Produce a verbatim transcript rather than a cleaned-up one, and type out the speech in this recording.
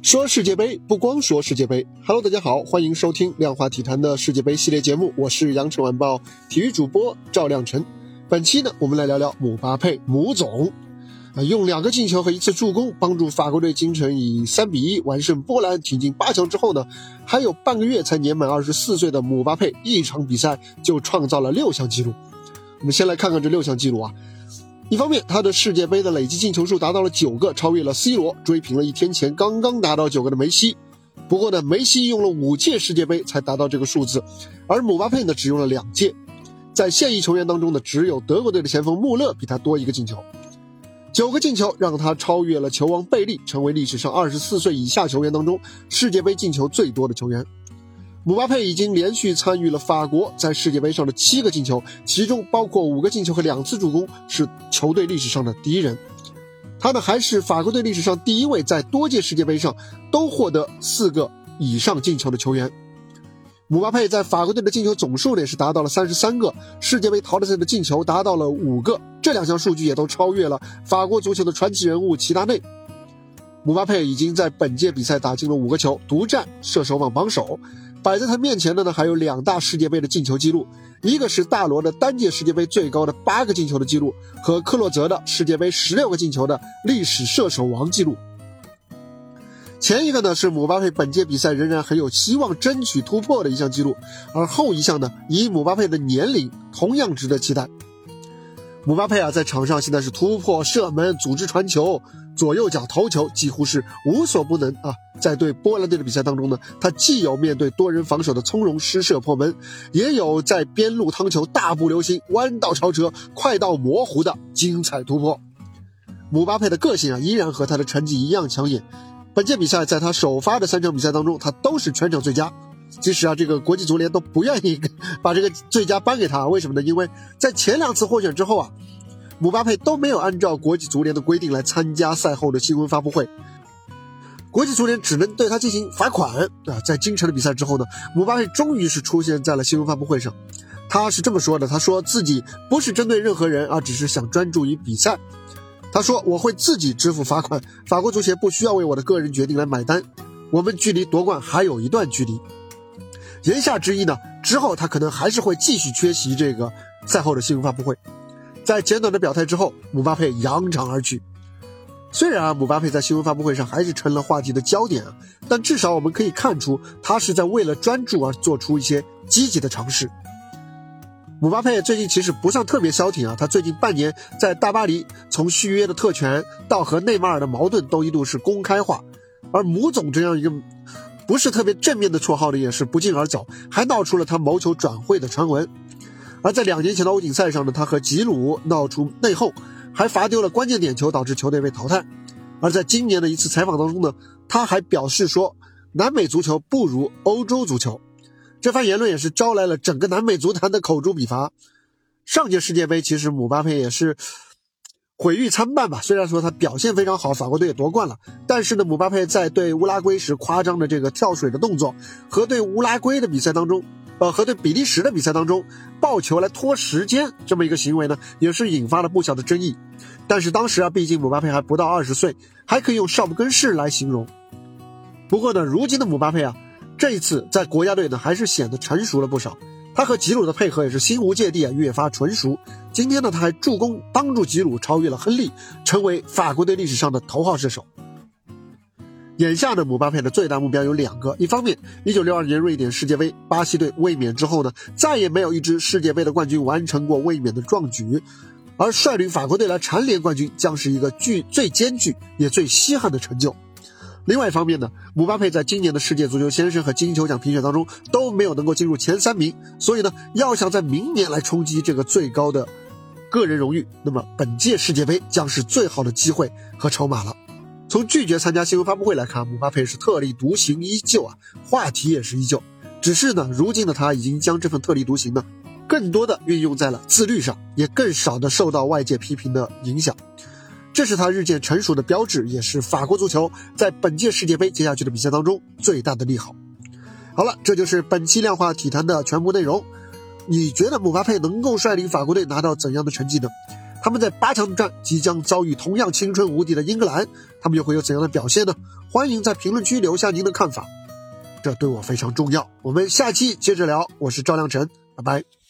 说世界杯不光说世界杯 Hello 大家好，欢迎收听量化体坛的世界杯系列节目，我是羊城晚报体育主播赵亮晨。本期呢，我们来聊聊姆巴佩姆总、呃、用两个进球和一次助攻帮助法国队京城以三比一完胜波兰挺进八强之后呢，还有半个月才年满二十四岁的姆巴佩一场比赛就创造了六项纪录。我们先来看看这六项纪录啊。一方面，他的世界杯的累计进球数达到了九个，超越了 C 罗，追平了一天前刚刚达到九个的梅西。不过呢，梅西用了五届世界杯才达到这个数字，而姆巴佩呢只用了两届。在现役球员当中呢，只有德国队的前锋穆勒比他多一个进球。九个进球让他超越了球王贝利，成为历史上二十四岁以下球员当中世界杯进球最多的球员。姆巴佩已经连续参与了法国在世界杯上的七个进球，其中包括五个进球和两次助攻，是球队历史上的第一人。他呢还是法国队历史上第一位在多届世界杯上都获得四个以上进球的球员。姆巴佩在法国队的进球总数呢也是达到了三十三个，世界杯淘汰赛的进球达到了五个，这两项数据也都超越了法国足球的传奇人物齐达内。姆巴佩已经在本届比赛打进了五个球，独占射手网榜首。摆在他面前的呢，还有两大世界杯的进球记录，一个是大罗的单届世界杯最高的八个进球的记录，和克洛泽的世界杯十六个进球的历史射手王记录。前一个呢是姆巴佩本届比赛仍然很有希望争取突破的一项记录，而后一项呢，以姆巴佩的年龄同样值得期待。姆巴佩啊，在场上现在是突破、射门、组织传球、左右脚头球，几乎是无所不能啊！在对波兰队的比赛当中呢，他既有面对多人防守的从容施射破门，也有在边路趟球大步流星、弯道超车、快到模糊的精彩突破。姆巴佩的个性啊，依然和他的成绩一样抢眼。本届比赛在他首发的三场比赛当中，他都是全场最佳。即使啊，这个国际足联都不愿意把这个最佳颁给他，为什么呢？因为在前两次获选之后啊，姆巴佩都没有按照国际足联的规定来参加赛后的新闻发布会，国际足联只能对他进行罚款啊。在京城的比赛之后呢，姆巴佩终于是出现在了新闻发布会上。他是这么说的，他说自己不是针对任何人啊，只是想专注于比赛。他说我会自己支付罚款，法国足协不需要为我的个人决定来买单，我们距离夺冠还有一段距离。言下之意呢，之后他可能还是会继续缺席这个赛后的新闻发布会。在简短的表态之后，姆巴佩扬长而去。虽然啊，姆巴佩在新闻发布会上还是成了话题的焦点啊，但至少我们可以看出他是在为了专注而做出一些积极的尝试。姆巴佩最近其实不算特别消停啊，他最近半年在大巴黎从续约的特权到和内马尔的矛盾都一度是公开化，而姆总这样一个不是特别正面的绰号呢，也是不胫而走，还闹出了他谋求转会的传闻。而在两年前的欧锦赛上呢，他和吉鲁闹出内讧，还罚丢了关键点球，导致球队被淘汰。而在今年的一次采访当中呢，他还表示说南美足球不如欧洲足球。这番言论也是招来了整个南美足坛的口诛笔伐。上届世界杯其实姆巴佩也是毁誉参半吧，虽然说他表现非常好，法国队也夺冠了，但是呢，姆巴佩在对乌拉圭时夸张的这个跳水的动作，和对乌拉圭的比赛当中呃，和对比利时的比赛当中抱球来拖时间这么一个行为呢，也是引发了不小的争议。但是当时啊，毕竟姆巴佩还不到二十岁，还可以用少不更事来形容。不过呢，如今的姆巴佩啊，这一次在国家队呢还是显得成熟了不少。他和吉鲁的配合也是心无芥蒂啊，越发纯熟。今天呢，他还助攻帮助吉鲁超越了亨利，成为法国队历史上的头号射手。眼下的姆巴佩的最大目标有两个，一方面一九六二年瑞典世界杯巴西队卫冕之后呢，再也没有一支世界杯的冠军完成过卫冕的壮举，而率领法国队来蝉联冠军将是一个巨最艰巨也最稀罕的成就。另外一方面呢，姆巴佩在今年的世界足球先生和金球奖评选当中都没有能够进入前三名，所以呢，要想在明年来冲击这个最高的个人荣誉，那么本届世界杯将是最好的机会和筹码了。从拒绝参加新闻发布会来看，姆巴佩是特立独行依旧啊，话题也是依旧，只是呢，如今的他已经将这份特立独行呢，更多的运用在了自律上，也更少的受到外界批评的影响。这是他日渐成熟的标志，也是法国足球在本届世界杯接下去的比赛当中最大的利好。好了，这就是本期量化体坛的全部内容。你觉得姆巴佩能够率领法国队拿到怎样的成绩呢？他们在八强战即将遭遇同样青春无敌的英格兰，他们又会有怎样的表现呢？ 欢迎在评论区留下您的看法，这对我非常重要。我们下期接着聊，我是赵亮晨，拜拜。